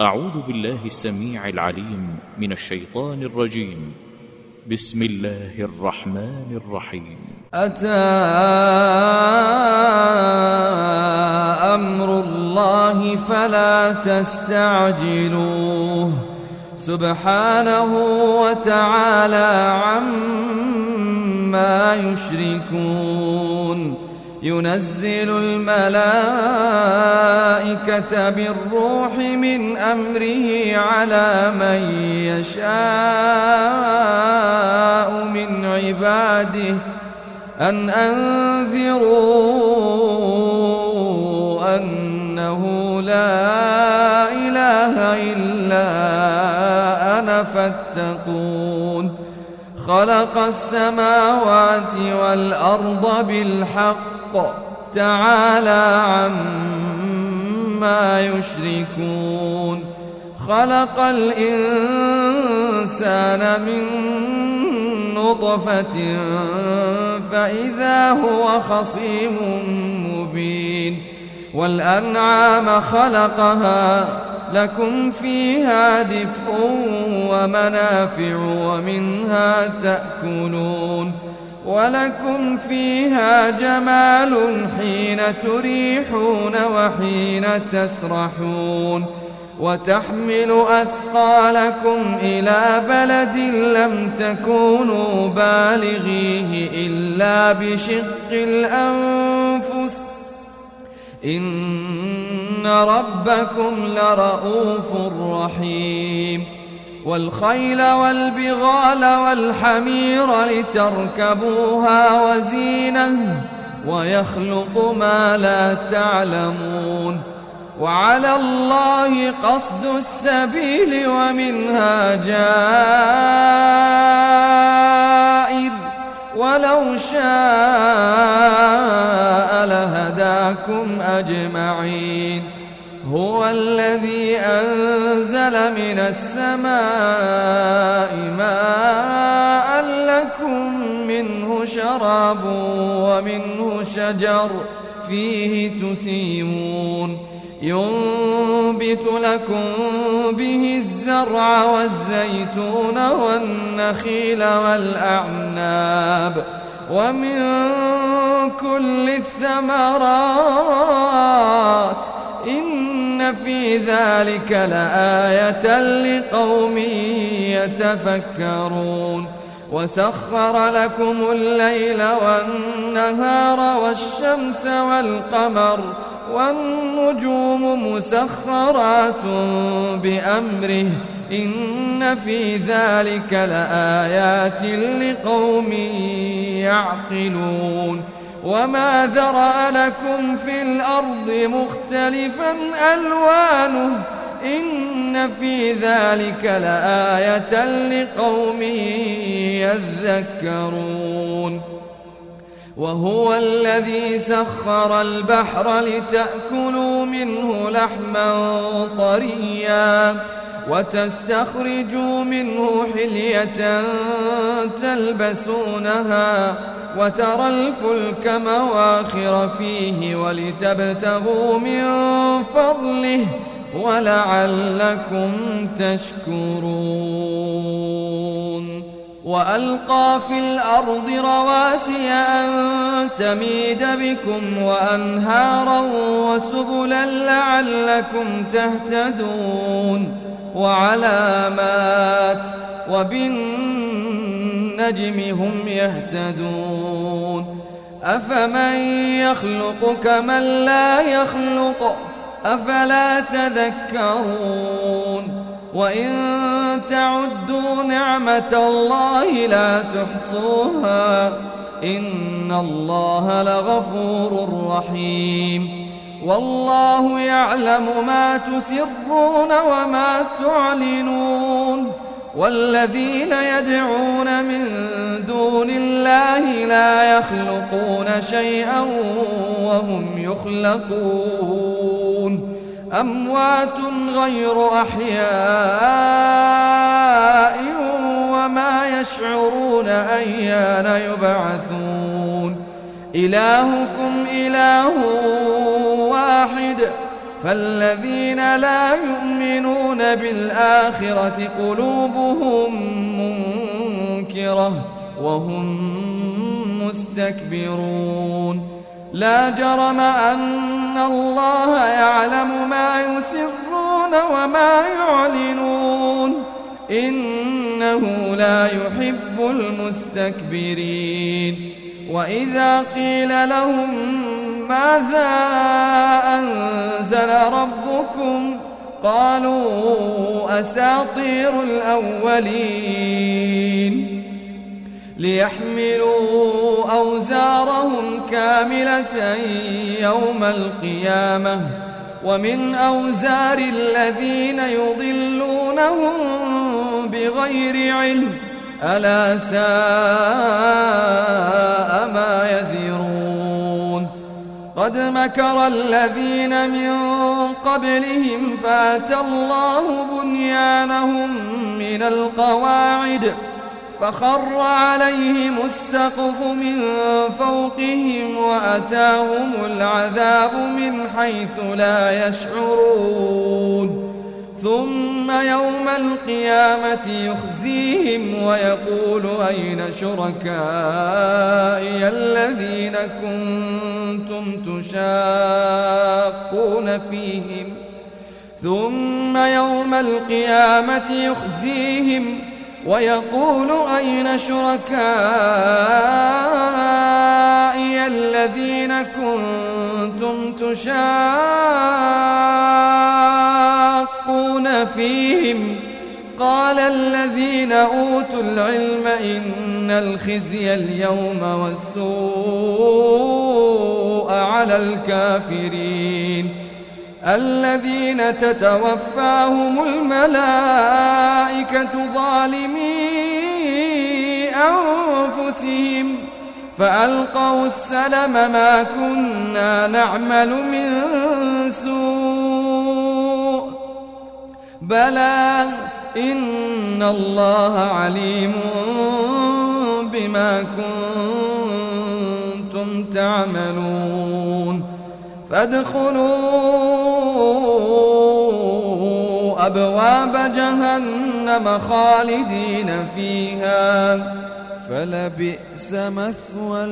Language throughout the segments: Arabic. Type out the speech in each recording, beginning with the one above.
أعوذ بالله السميع العليم من الشيطان الرجيم. بسم الله الرحمن الرحيم. أتى أمر الله فلا تستعجلوه سبحانه وتعالى عما يشركون. ينزل الملائكة بالروح من أمره على من يشاء من عباده أن أنذروا أنه لا إله إلا أنا فاتقون. خلق السماوات والأرض بالحق تعالى عما يشركون. خلق الإنسان من نطفة فإذا هو خصيم مبين. والأنعام خلقها لكم فيها دفء ومنافع ومنها تأكلون. ولكم فيها جمال حين تريحون وحين تسرحون. وتحمل أثقالكم إلى بلد لم تكونوا بالغيه إلا بشق الأنفس إن ربكم لرؤوف رحيم. والخيل والبغال والحمير لتركبوها وزينة ويخلق ما لا تعلمون. وعلى الله قصد السبيل ومنها جائر ولو شاء لهداكم أجمعين. هو الذي أنزل من السماء ماء لكم منه شراب ومنه شجر فيه تسيمون. ينبت لكم به الزرع والزيتون والنخيل والأعناب ومن كل الثمرات إن في ذلك لآية لقوم يتفكرون. وسخر لكم الليل والنهار والشمس والقمر والنجوم مسخرات بأمره إن في ذلك لآيات لقوم يعقلون. وما ذرأ لكم في الأرض مختلفا ألوانه إن في ذلك لآية لقوم يذكرون. وهو الذي سخر البحر لتأكلوا منه لحما طريا وتستخرجوا منه حلية تلبسونها وترى الفلك مواخر فيه ولتبتغوا من فضله ولعلكم تشكرون. وألقى في الأرض رواسي أن تميد بكم وأنهارا وسبلا لعلكم تهتدون. وعلامات وبالنجم هم يهتدون. أفمن يخلق كمن لا يخلق أفلا تذكرون. وإن تعدوا نعمة الله لا تحصوها إن الله لغفور رحيم. والله يعلم ما تسرون وما تعلنون. والذين يدعون من دون الله لا يخلقون شيئا وهم يخلقون. أموات غير أحياء وما يشعرون أيان يبعثون. إلهكم إله واحد فالذين لا يؤمنون بالآخرة قلوبهم منكرة وهم مستكبرون لا جرم أن الله يعلم ما يسرون وما يعلنون إنه لا يحب المستكبرين وإذا قيل لهم ماذا أنزل ربكم قالوا أساطير الأولين ليحملوا أوزارهم كاملة يوم القيامة ومن أوزار الذين يضلونهم بغير علم ألا ساء ما يزرون قد مكر الذين من قبلهم فأتى الله بنيانهم من القواعد فخر عليهم السقف من فوقهم وأتاهم العذاب من حيث لا يشعرون ثم يوم القيامة يخزيهم ويقول أين شركائي الذين كنتم تشاقون فيهم ثم يوم القيامة يخزيهم ويقول أين شركائي الذين كنتم تشاقون فيهم قال الذين أوتوا العلم إن الخزي اليوم والسوء على الكافرين الذين تتوفاهم الملائكة ظالمي أنفسهم فألقوا السلم ما كنا نعمل من سوء بلى إن الله عليم بما كنتم تعملون فادخلوا أبواب جهنم خالدين فيها فلبئس مثوى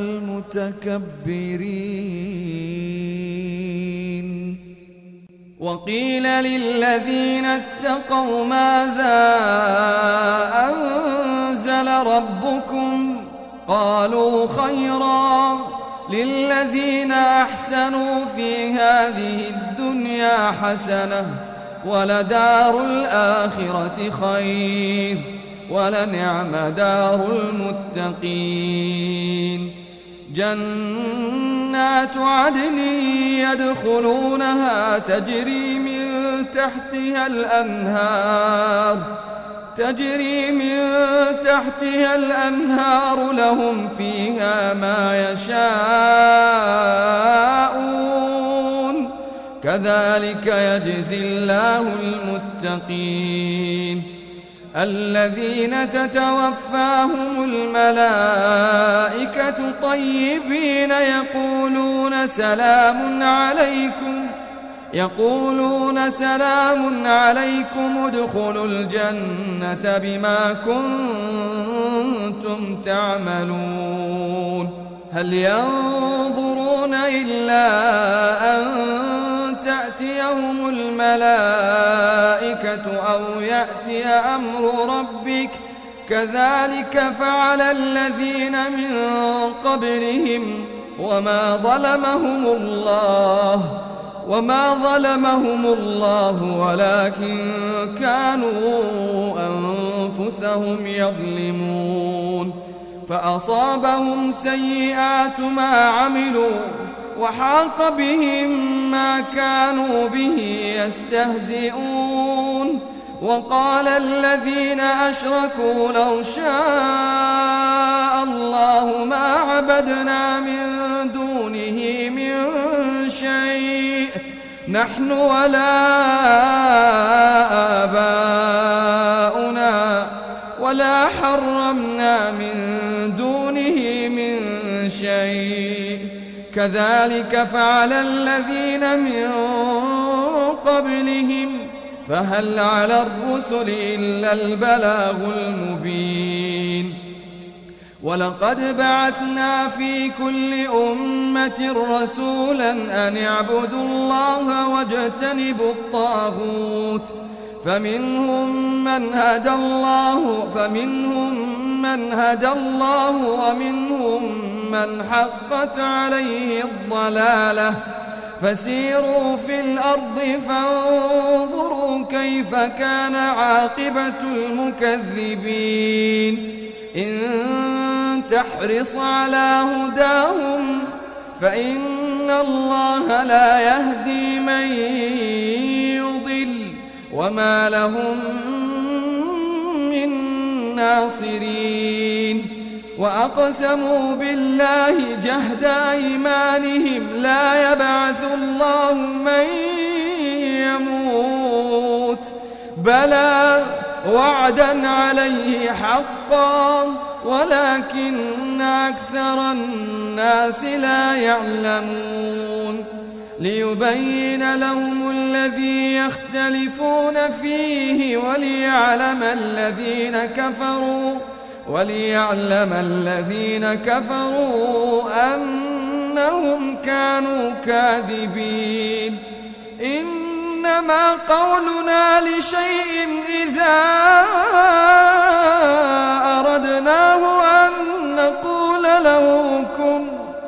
المتكبرين وقيل للذين اتقوا ماذا أنزل ربكم قالوا خيرا للذين أحسنوا في هذه الدنيا حسنة ولدار الآخرة خير ولنعم دار المتقين جنات عدن يدخلونها تجري من تحتها الأنهار لهم فيها ما يشاءون كذلك يجزي الله المتقين الذين تتوفاهم الملائكة طيبين يقولون سلام عليكم ادخلوا الجنة بما كنتم تعملون هل ينظرون إلا أن تأتيهم الملائكة أو يأتي أمر ربك كذلك فعل الذين من قبلهم وما ظلمهم الله ولكن كانوا أنفسهم يظلمون فأصابهم سيئات ما عملوا وحاق بهم ما كانوا به يستهزئون وقال الذين أشركوا لو شاء الله ما عبدنا من دونه من شيء نحن ولا آباؤنا ولا حرمنا من دونه من شيء كذلك فعل الذين من قبلهم فهل على الرسل إلا البلاغ المبين ولقد بعثنا في كل أمة رسولا أن اعبدوا الله واجتنبوا الطاغوت فمنهم من هدى الله ومنهم من حقت عليه الضلالة فسيروا في الأرض فانظروا كيف كان عاقبة المكذبين إن تحرص على هداهم فإن الله لا يهدي من يضل وما لهم من ناصرين وأقسموا بالله جهد أيمانهم لا يبعث الله من يموت بلى وعدا عليه حقا ولكن أكثر الناس لا يعلمون ليبين لهم الذي يختلفون فيه وليعلم الذين كفروا أنهم كانوا كاذبين إنما قولنا لشيء إذا أردناه أن نقول له كن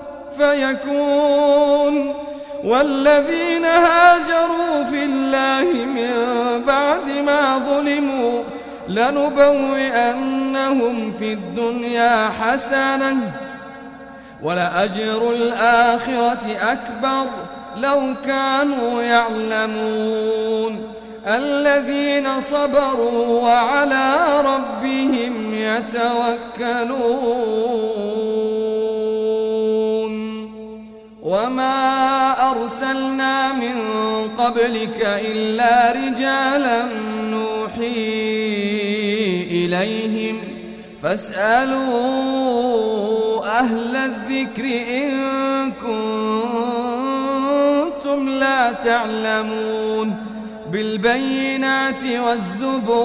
فيكون والذين هاجروا في الله من بعد ما ظلموا لنبوئنهم في الدنيا حسنة ولأجر الآخرة أكبر لو كانوا يعلمون الذين صبروا وعلى ربهم يتوكلون وما أرسلنا من قبلك إلا رجالا نوحي إليهم فاسألوا أهل الذكر إن كنتم لا تعلمون بالبينات والزبر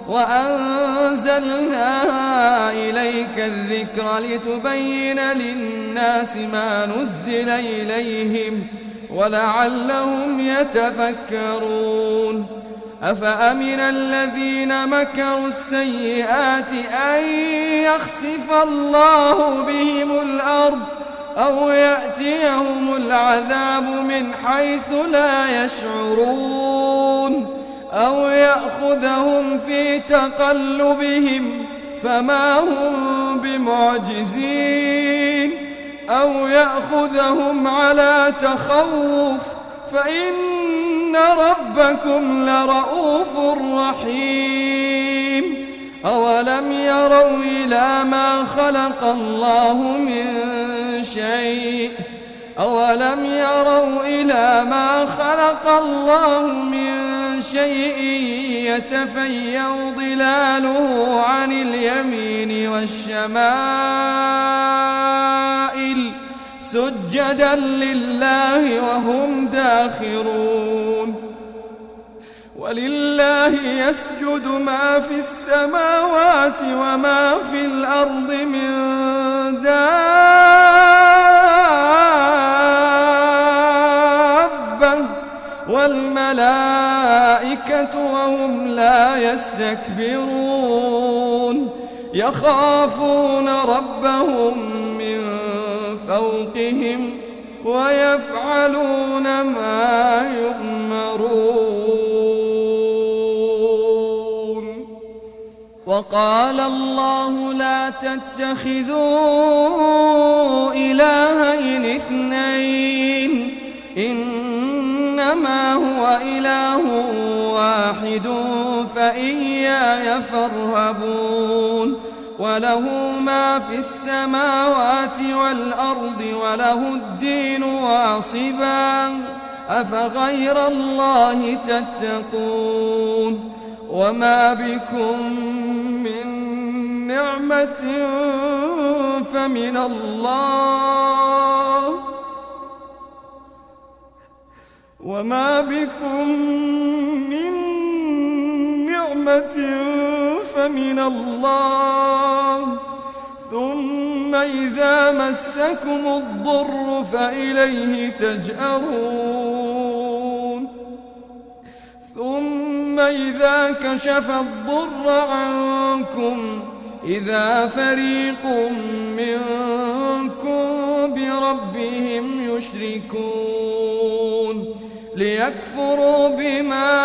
وأنزلنا إليك الذكر لتبين للناس ما نزل إليهم ولعلهم يتفكرون أفأمن الذين مكروا السيئات أن يخسف الله بهم الأرض أو يأتيهم العذاب من حيث لا يشعرون أو يأخذهم في تقلبهم فما هم بمعجزين أو يأخذهم على تخوف فإن ربكم لرؤوف رحيم أولم يروا إلى ما خلق الله من شيء يتفيأ ظلاله عن اليمين والشمائل سجدا لله وهم داخرون ولله يسجد ما في السماوات وما في الأرض من دابة والملائكة وهم لا يستكبرون يخافون ربهم من فوقهم ويفعلون ما يؤمرون وقال الله لا تتخذوا إلهين اثنين إنما هو إله واحد فإياي فارهبون وله ما في السماوات والأرض وله الدين واصبا أفغير الله تتقون وما بكم من نعمة فمن الله وما بكم من رحمة فمن الله، ثم إذا مسكم الضر فإليه تجأرون، ثم إذا كشف الضر عنكم إذا فريق منكم بربهم يشركون، ليكفروا بما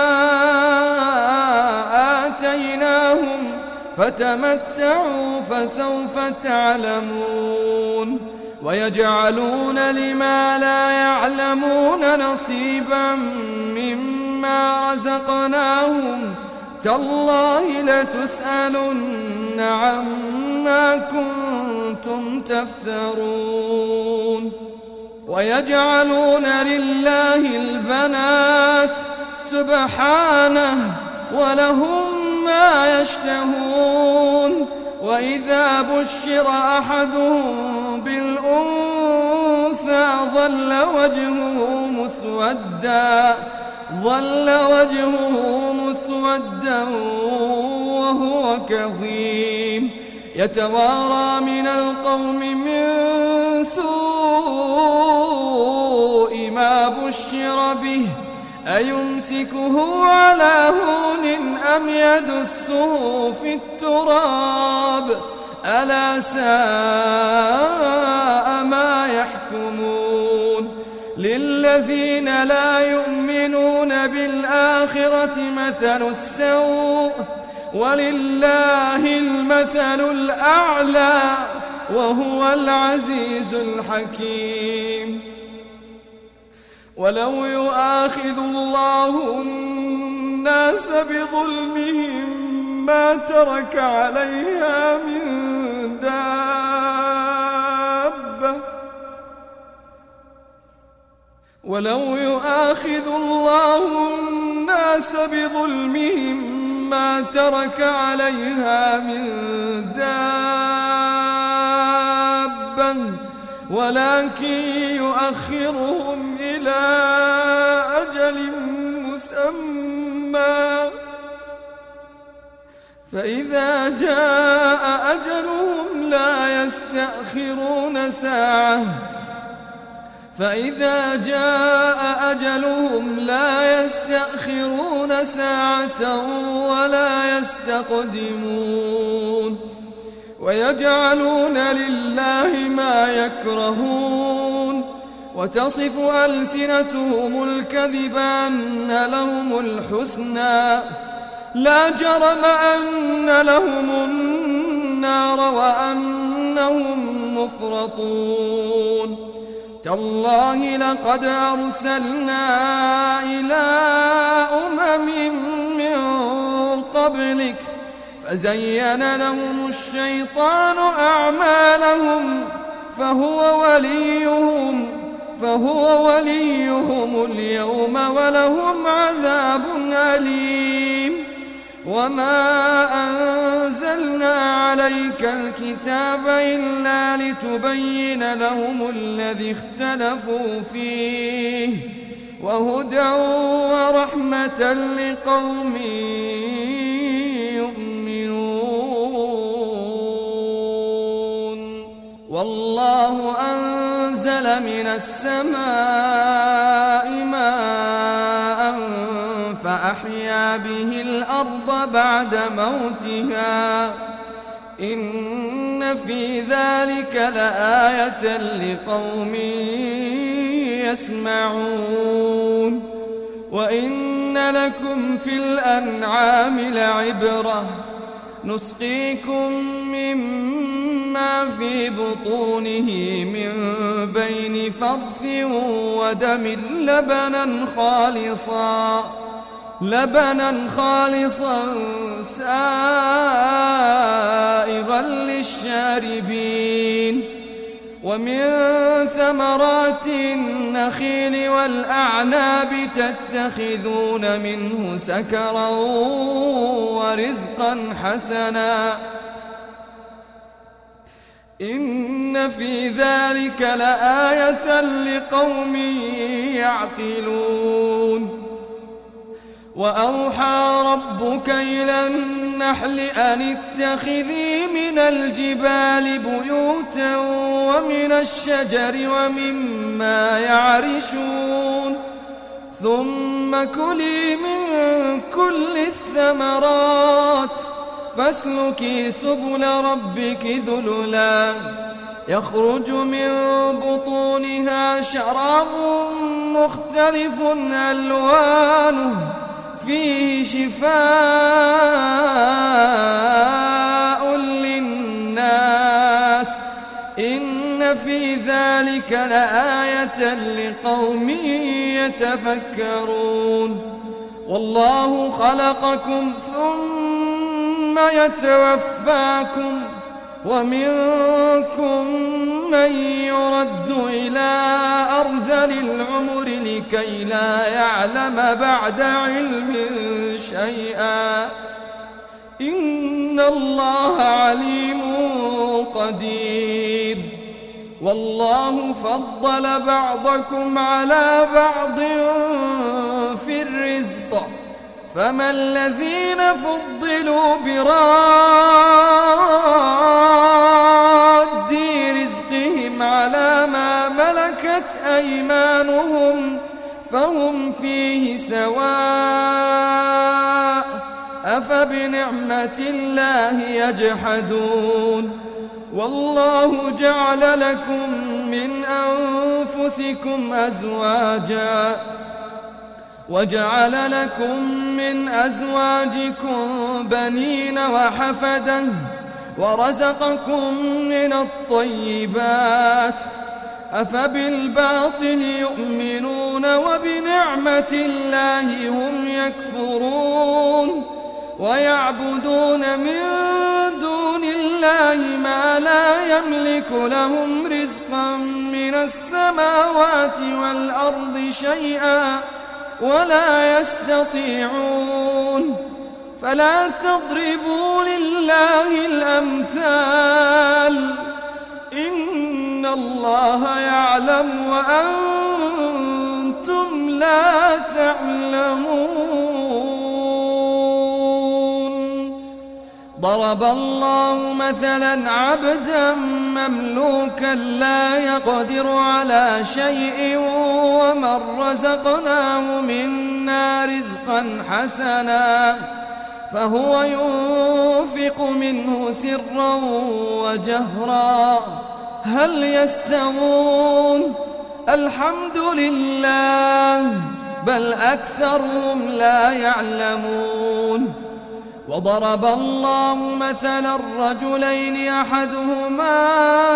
آتيناهم فتمتعوا فسوف تعلمون، ويجعلون لما لا يعلمون نصيبا مما رزقناهم، تالله لتسألن عما كنتم تفترون. ويجعلون لله البنات سبحانه ولهم ما يشتهون، وإذا بشر أحدهم بالأنثى ظل وجهه مسودا وهو كظيم، يتوارى من القوم من سوء ما بشر به، أيمسكه على هون أم يدسه في التراب، ألا ساء ما يحكمون. للذين لا يؤمنون بالآخرة مثل السوء، ولله المثل الأعلى وهو العزيز الحكيم. ولو يؤاخذ الله الناس بظلمهم ما ترك عليها من دابة، ولو يؤاخذ الله الناس بظلمهم ما ترك عليها من دابة، ولكن يؤخرهم إلى أجل مسمى، فإذا جاء أجلهم لا يستأخرون ساعة، فإذا جاء أجلهم لا يستأخرون ساعة ولا يستقدمون. ويجعلون لله ما يكرهون، وتصف ألسنتهم الكذب أن لهم الحسنى، لا جرم أن لهم النار وأنهم مفرطون. تالله لقد أرسلنا إلى من قبلك فزين لهم الشيطان أعمالهم فهو وليهم اليوم ولهم عذاب أليم. وما أنزلنا عليك الكتاب إلا لتبين لهم الذي اختلفوا فيه وهدى ورحمة لقوم يؤمنون. والله أنزل من السماء ماء فأحيا به الأرض بعد موتها إن في ذلك لآية لقوم يسمعون. وإن لكم في الأنعام لعبرة نسقيكم مما في بطونه من بين فرث ودم لبنا خالصا سائغا للشاربين. ومن ثمرات النخيل والأعناب تتخذون منه سكرا ورزقا حسنا إن في ذلك لآية لقوم يعقلون. وأوحى ربك إلى النحل أن اتخذي من الجبال بيوتا ومن الشجر ومما يعرشون ثم كلي من كل الثمرات فاسلكي سبل ربك ذللا يخرج من بطونها شراب مختلف ألوانه فيه شفاء للناس إن في ذلك لآية لقوم يتفكرون والله خلقكم ثم يتوفاكم ومنكم من يرد إلى أرذل العمر لكي لا يعلم بعد علم شيئا إن الله عليم قدير والله فضل بعضكم على بعض في الرزق فما الذين فضلوا براد رزقهم على ما ملكت أيمانهم فهم فيه سواء أفبنعمة الله يجحدون والله جعل لكم من أنفسكم أزواجا وجعل لكم من أزواجكم بنين وحفدة ورزقكم من الطيبات أفبالباطل يؤمنون وبنعمة الله هم يكفرون ويعبدون من دون الله ما لا يملك لهم رزقا من السماوات والأرض شيئا ولا يستطيعون فلا تضربوا لله الأمثال إن الله يعلم وأنتم لا تعلمون ضرب الله مثلا عبدا مملوكا لا يقدر على شيء ومن رزقناه منا رزقا حسنا فهو ينفق منه سرا وجهرا هل يستوون الحمد لله بل أكثرهم لا يعلمون وضرب الله مثلا رجلين أحدهما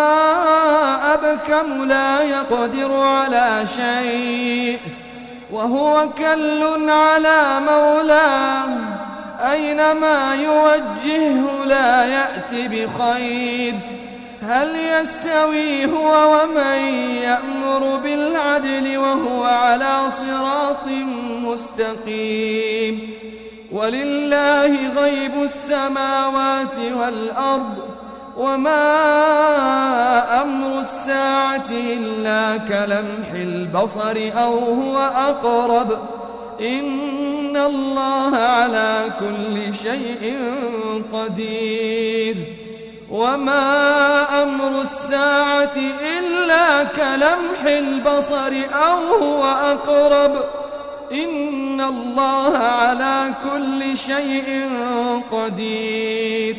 أبكم لا يقدر على شيء وهو كل على مولاه أينما يوجهه لا يأتي بخير هل يستوي هو ومن يأمر بالعدل وهو على صراط مستقيم ولله غيب السماوات والأرض وما أمر الساعة إلا كلمح البصر أو هو أقرب إن الله على كل شيء قدير وما أمر الساعة إلا كلمح البصر أو هو أقرب إن الله على كل شيء قدير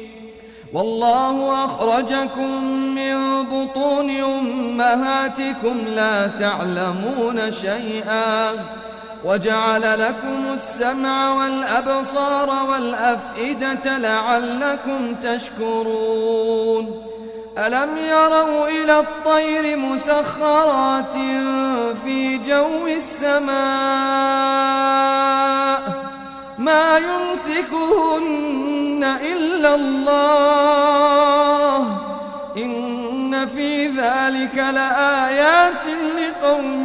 والله أخرجكم من بطون أمهاتكم لا تعلمون شيئا وجعل لكم السمع والأبصار والأفئدة لعلكم تشكرون ألم يروا إلى الطير مسخرات في جو السماء ما يمسكهن إلا الله إن في ذلك لآيات لقوم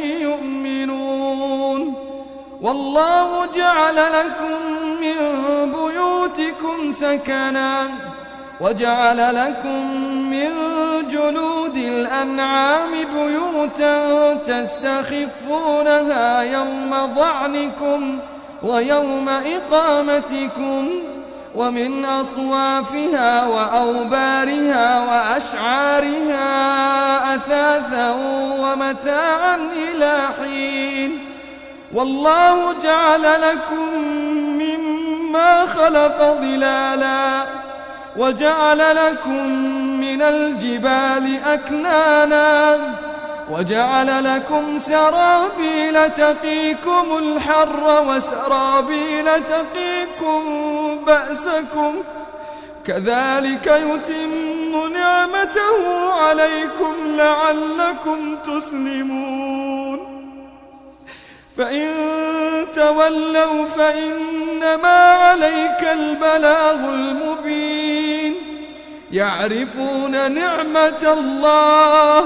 يؤمنون والله جعل لكم من بيوتكم سكنا وجعل لكم من جلود الأنعام بيوتا تستخفونها يوم ظعنكم ويوم إقامتكم ومن أصوافها وأوبارها وأشعارها أثاثا ومتاعا إلى حين والله جعل لكم مما خلق ظلالا وجعل لكم من الجبال أكنانا وجعل لكم سرابيل تقيكم الحر وسرابيل تقيكم بأسكم كذلك يتم نعمته عليكم لعلكم تسلمون فإن تولوا فإنما عليك البلاغ المبين يعرفون نعمة الله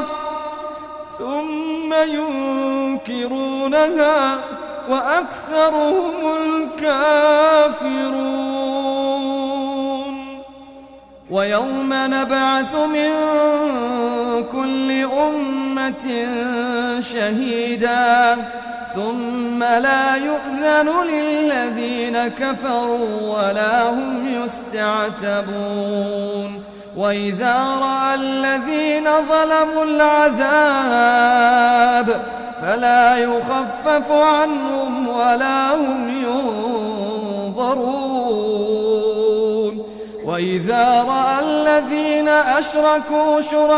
ثم ينكرونها وأكثرهم الكافرون ويوم نبعث من كل أمة شهيدا ثم لا يؤذن للذين كفروا ولا هم يستعتبون وإذا رأى الذين ظلموا العذاب فلا يخفف عنهم ولا هم ينظرون وإذا رأى الذين أشركوا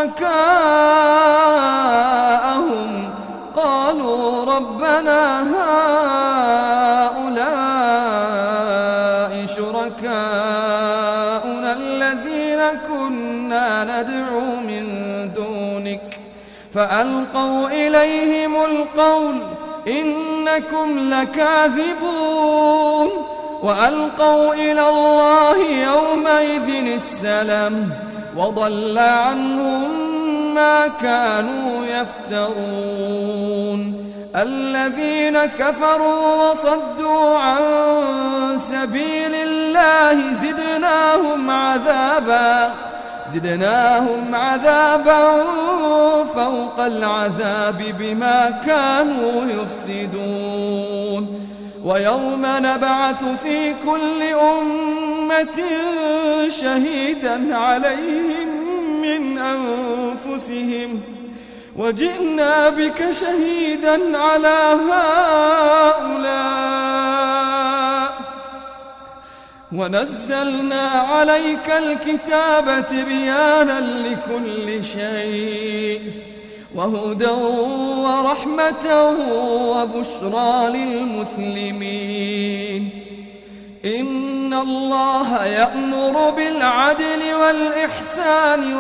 شركاءهم قالوا ربنا هؤلاء شركاؤنا الذين كنا ندعو من دونك فألقوا إليهم القول إنكم لكاذبون وألقوا إلى الله يومئذ السلام وضل عنهم ما كانوا يفترون الذين كفروا وصدوا عن سبيل الله زدناهم عذابا فوق العذاب بما كانوا يفسدون ويوم نبعث في كل أمة شهيدا عليهم من أنفسهم وجئنا بك شهيدا على هؤلاء ونزلنا عليك الكتاب تبيانا لكل شيء وهدى ورحمة وبشرى للمسلمين إن الله يأمر بالعدل والإحسان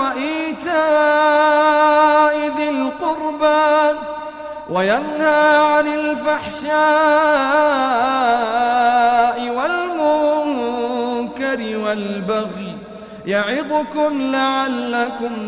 وإيتاء ذي القربى وينهى عن الفحشاء والمنكر والبغي يعظكم لعلكم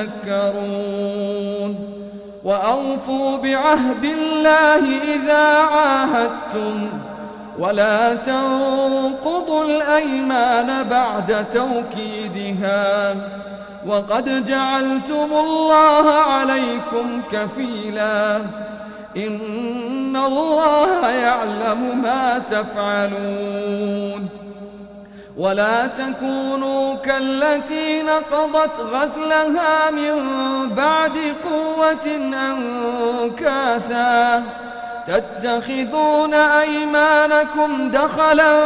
تذكرون وأوفوا بعهد الله إذا عاهدتم ولا تنقضوا الأيمان بعد توكيدها وقد جعلتم الله عليكم كفيلا إن الله يعلم ما تفعلون ولا تكونوا كالتي نقضت غزلها من بعد قوة أنكاثا تتخذون أيمانكم دخلا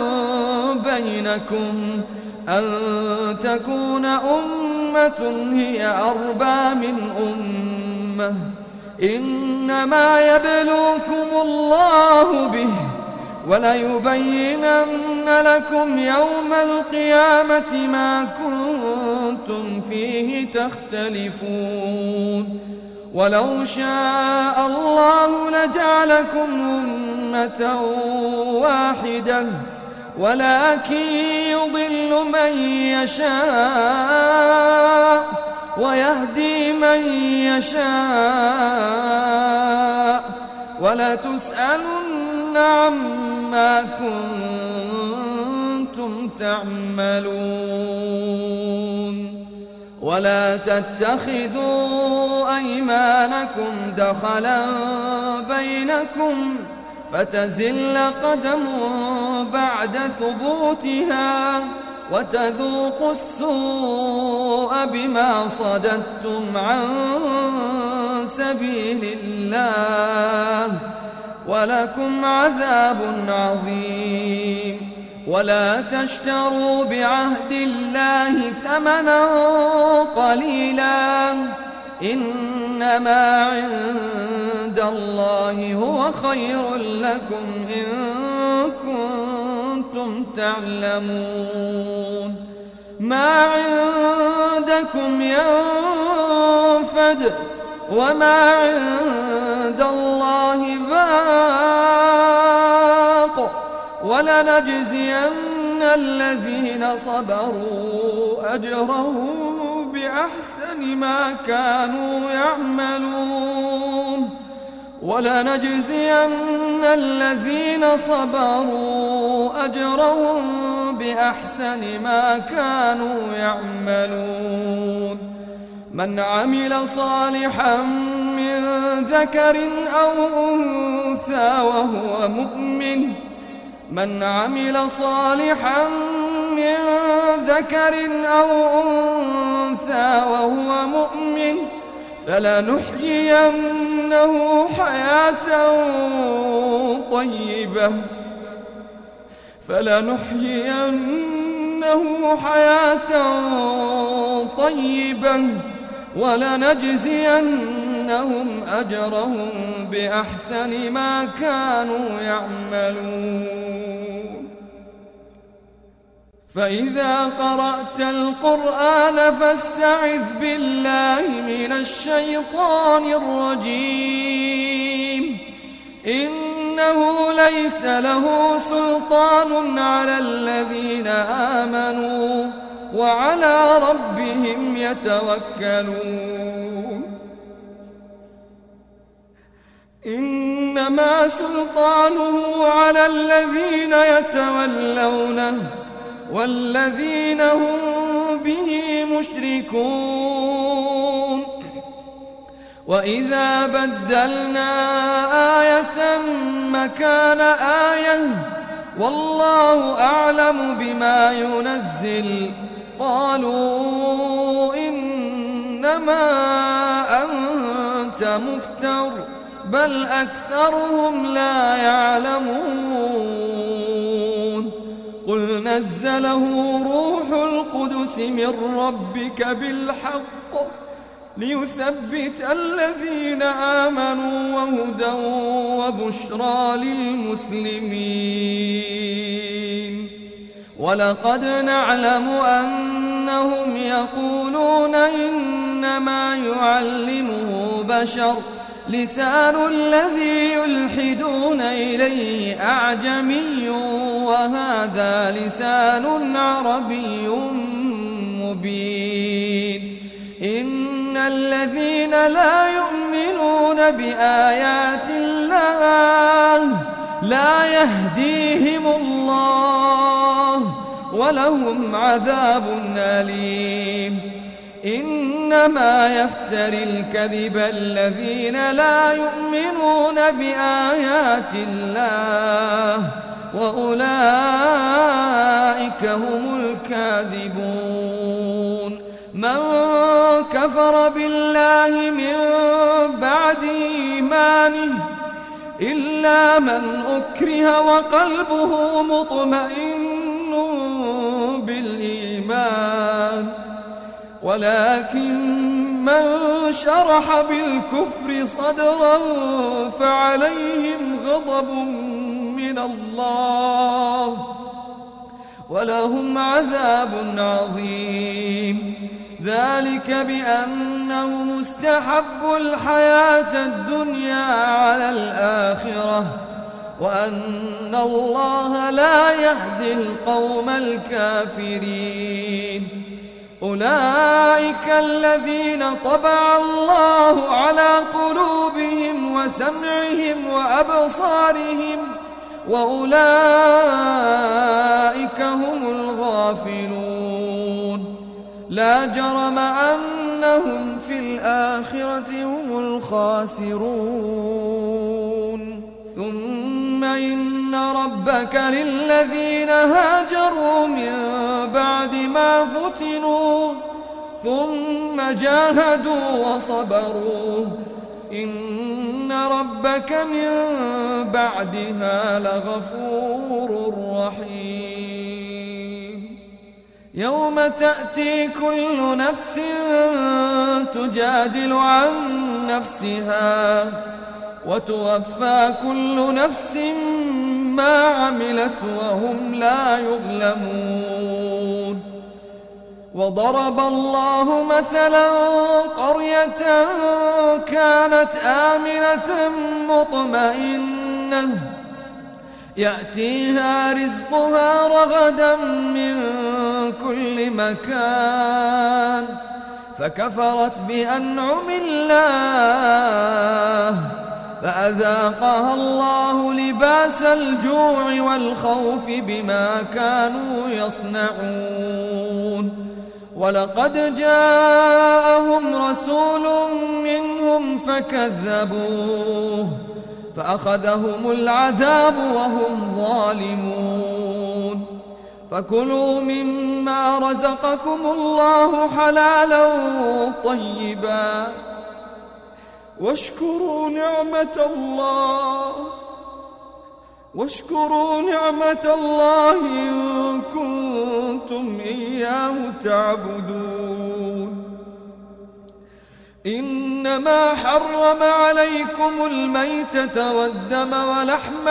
بينكم أن تكون أمة هي أربى من أمة إنما يبلوكم الله به وليبينن لكم يوم القيامة ما كنتم فيه تختلفون ولو شاء الله لجعلكم أمة واحدة ولكن يضل من يشاء ويهدي من يشاء ولتسألن عما كنتم تعملون ولا تتخذوا أيمانكم دخلا بينكم فتزل قدم بعد ثبوتها وتذوقوا السوء بما صددتم عن سبيل الله ولكم عذاب عظيم. ولا تشتروا بعهد الله ثمنا قليلا إنما عند الله هو خير لكم إن كنتم تعلمون. ما عندكم ينفد وما عند الله باق ولنجزين الذين صبروا أجرهم بأحسن ما كانوا يعملون. ولنجزين الذين صبروا أجرهم بأحسن ما كانوا يعملون. من عمل صالحا من ذكر أو أنثى وهو مؤمن من عمل صالحا من ذكر أو أنثى وهو مؤمن فلنحيينه حياة طيبة ولنجزينهم أجرهم بأحسن ما كانوا يعملون. فإذا قرأت القرآن فاستعذ بالله من الشيطان الرجيم. إنه ليس له سلطان على الذين آمنوا وعلى ربهم يتوكلون. إنما سلطانه على الذين يتولونه والذين هم به مشركون. وإذا بدلنا آية مكان آية والله أعلم بما ينزل قالوا إنما أنت مفتر بل أكثرهم لا يعلمون. قل نزله روح القدس من ربك بالحق ليثبت الذين آمنوا وهدى وبشرى للمسلمين. ولقد نعلم أنهم يقولون إنما يعلمه بشر لسان الذي يلحدون إليه أعجمي وهذا لسان عربي مبين. إن الذين لا يؤمنون بآيات الله لا يهديهم الله ولهم عذاب أليم. إنما يفتري الكذب الذين لا يؤمنون بآيات الله وأولئك هم الكاذبون. من كفر بالله من بعد إيمانه إلا من أكره وقلبه مطمئن بالإيمان ولكن من شرح بالكفر صدرا فعليهم غضب من الله ولهم عذاب عظيم. ذلك بأنهم استحبوا الحياة الدنيا على الآخرة وأن الله لا يهدي القوم الكافرين. أولئك الذين طبع الله على قلوبهم وسمعهم وأبصارهم وأولئك هم الغافلون. لا جرم أنهم في الآخرة هم الخاسرون. ثم إن ربك للذين هاجروا من بعد ما فتنوا ثم جاهدوا وصبروا إن ربك من بعدها لغفور رحيم. يوم تأتي كل نفس تجادل عن نفسها وتوفى كل نفس ما عملت وهم لا يظلمون. وضرب الله مثلا قرية كانت آمنة مطمئنة يأتيها رزقها رغدا من كل مكان فكفرت بأنعم الله فأذاقها الله لباس الجوع والخوف بما كانوا يصنعون. ولقد جاءهم رسول منهم فكذبوه فأخذهم العذاب وهم ظالمون. فكلوا مما رزقكم الله حلالا طيبا واشكروا نعمة الله إن كنتم إياه تعبدون. إنما حرم عليكم الميتة والدم ولحم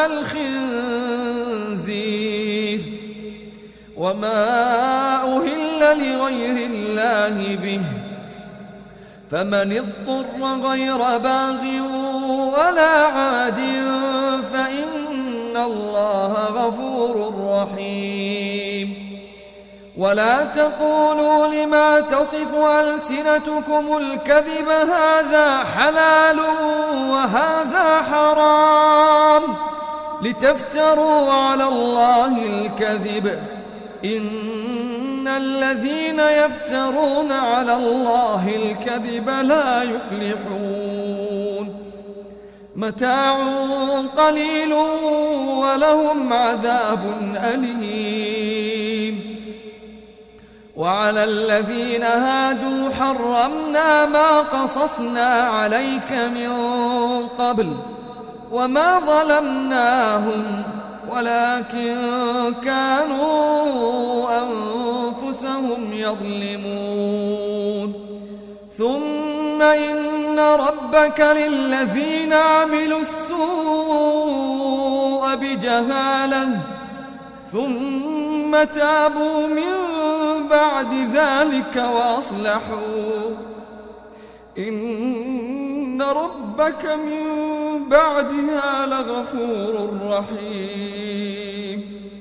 الخنزير وما أهل لغير الله به فمن اضطر غير باغ ولا عاد فإن الله غفور رحيم. ولا تقولوا لما تصف ألسنتكم الكذب هذا حلال وهذا حرام لتفتروا على الله الكذب إن الذين يفترون على الله الكذب لا يفلحون. متاع قليل ولهم عذاب أليم. وعلى الذين هادوا حرمنا ما قصصنا عليك من قبل وما ظلمناهم ولكن كانوا أنفسهم يظلمون. ثم إن ربك للذين عملوا السوء بجهالة ثم تابوا من بعد ذلك وأصلحوا إن ربك من بعدها لغفور رحيم.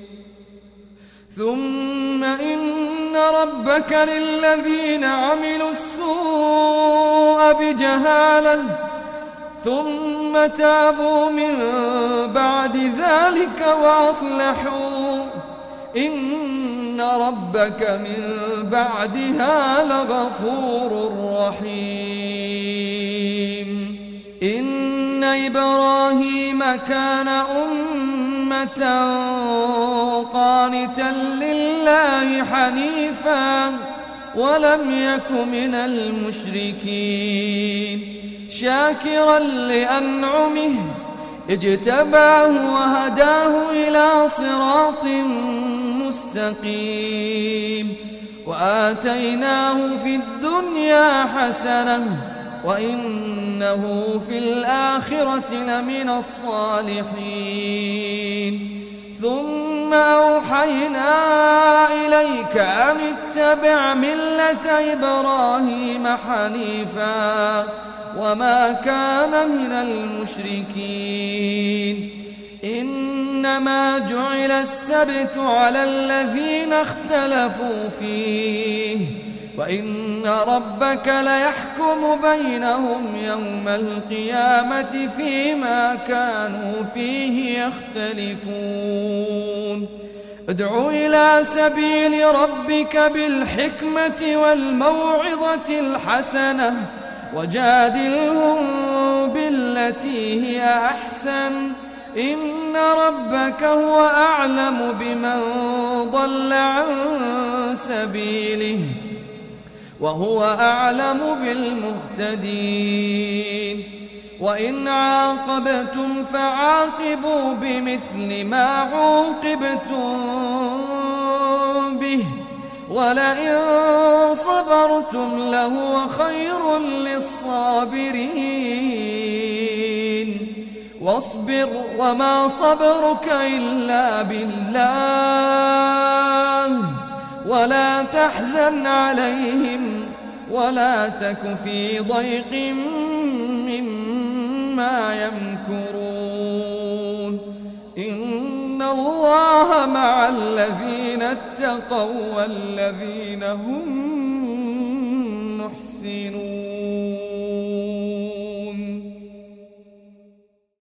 ثم إن ربك للذين عملوا السوء بجهالة ثم تابوا من بعد ذلك وأصلحوا إن ربك من بعدها لغفور رحيم. إن إبراهيم كان أمة قانتا لله حنيفا ولم يك من المشركين شاكرا لأنعمه اجتباه وهداه إلى صراط مستقيم. وآتيناه في الدنيا حسنة وإنه في الآخرة لمن الصالحين. ثم أوحينا إليك أن اتبع ملة إبراهيم حنيفا وما كان من المشركين. إنما جعل السبت على الذين اختلفوا فيه وإن ربك ليحكم بينهم يوم القيامة فيما كانوا فيه يختلفون. ادع إلى سبيل ربك بالحكمة والموعظة الحسنة وجادلهم بالتي هي أحسن إن ربك هو أعلم بمن ضل عن سبيله وهو أعلم بالمهتدين وإن عاقبتم فعاقبوا بمثل ما عوقبتم به ولئن صبرتم لهو خير للصابرين واصبر وما صبرك إلا بالله ولا تحزن عليهم ولا تك في ضيق مما يمكرون إن الله مع الذين اتقوا والذين هم محسنون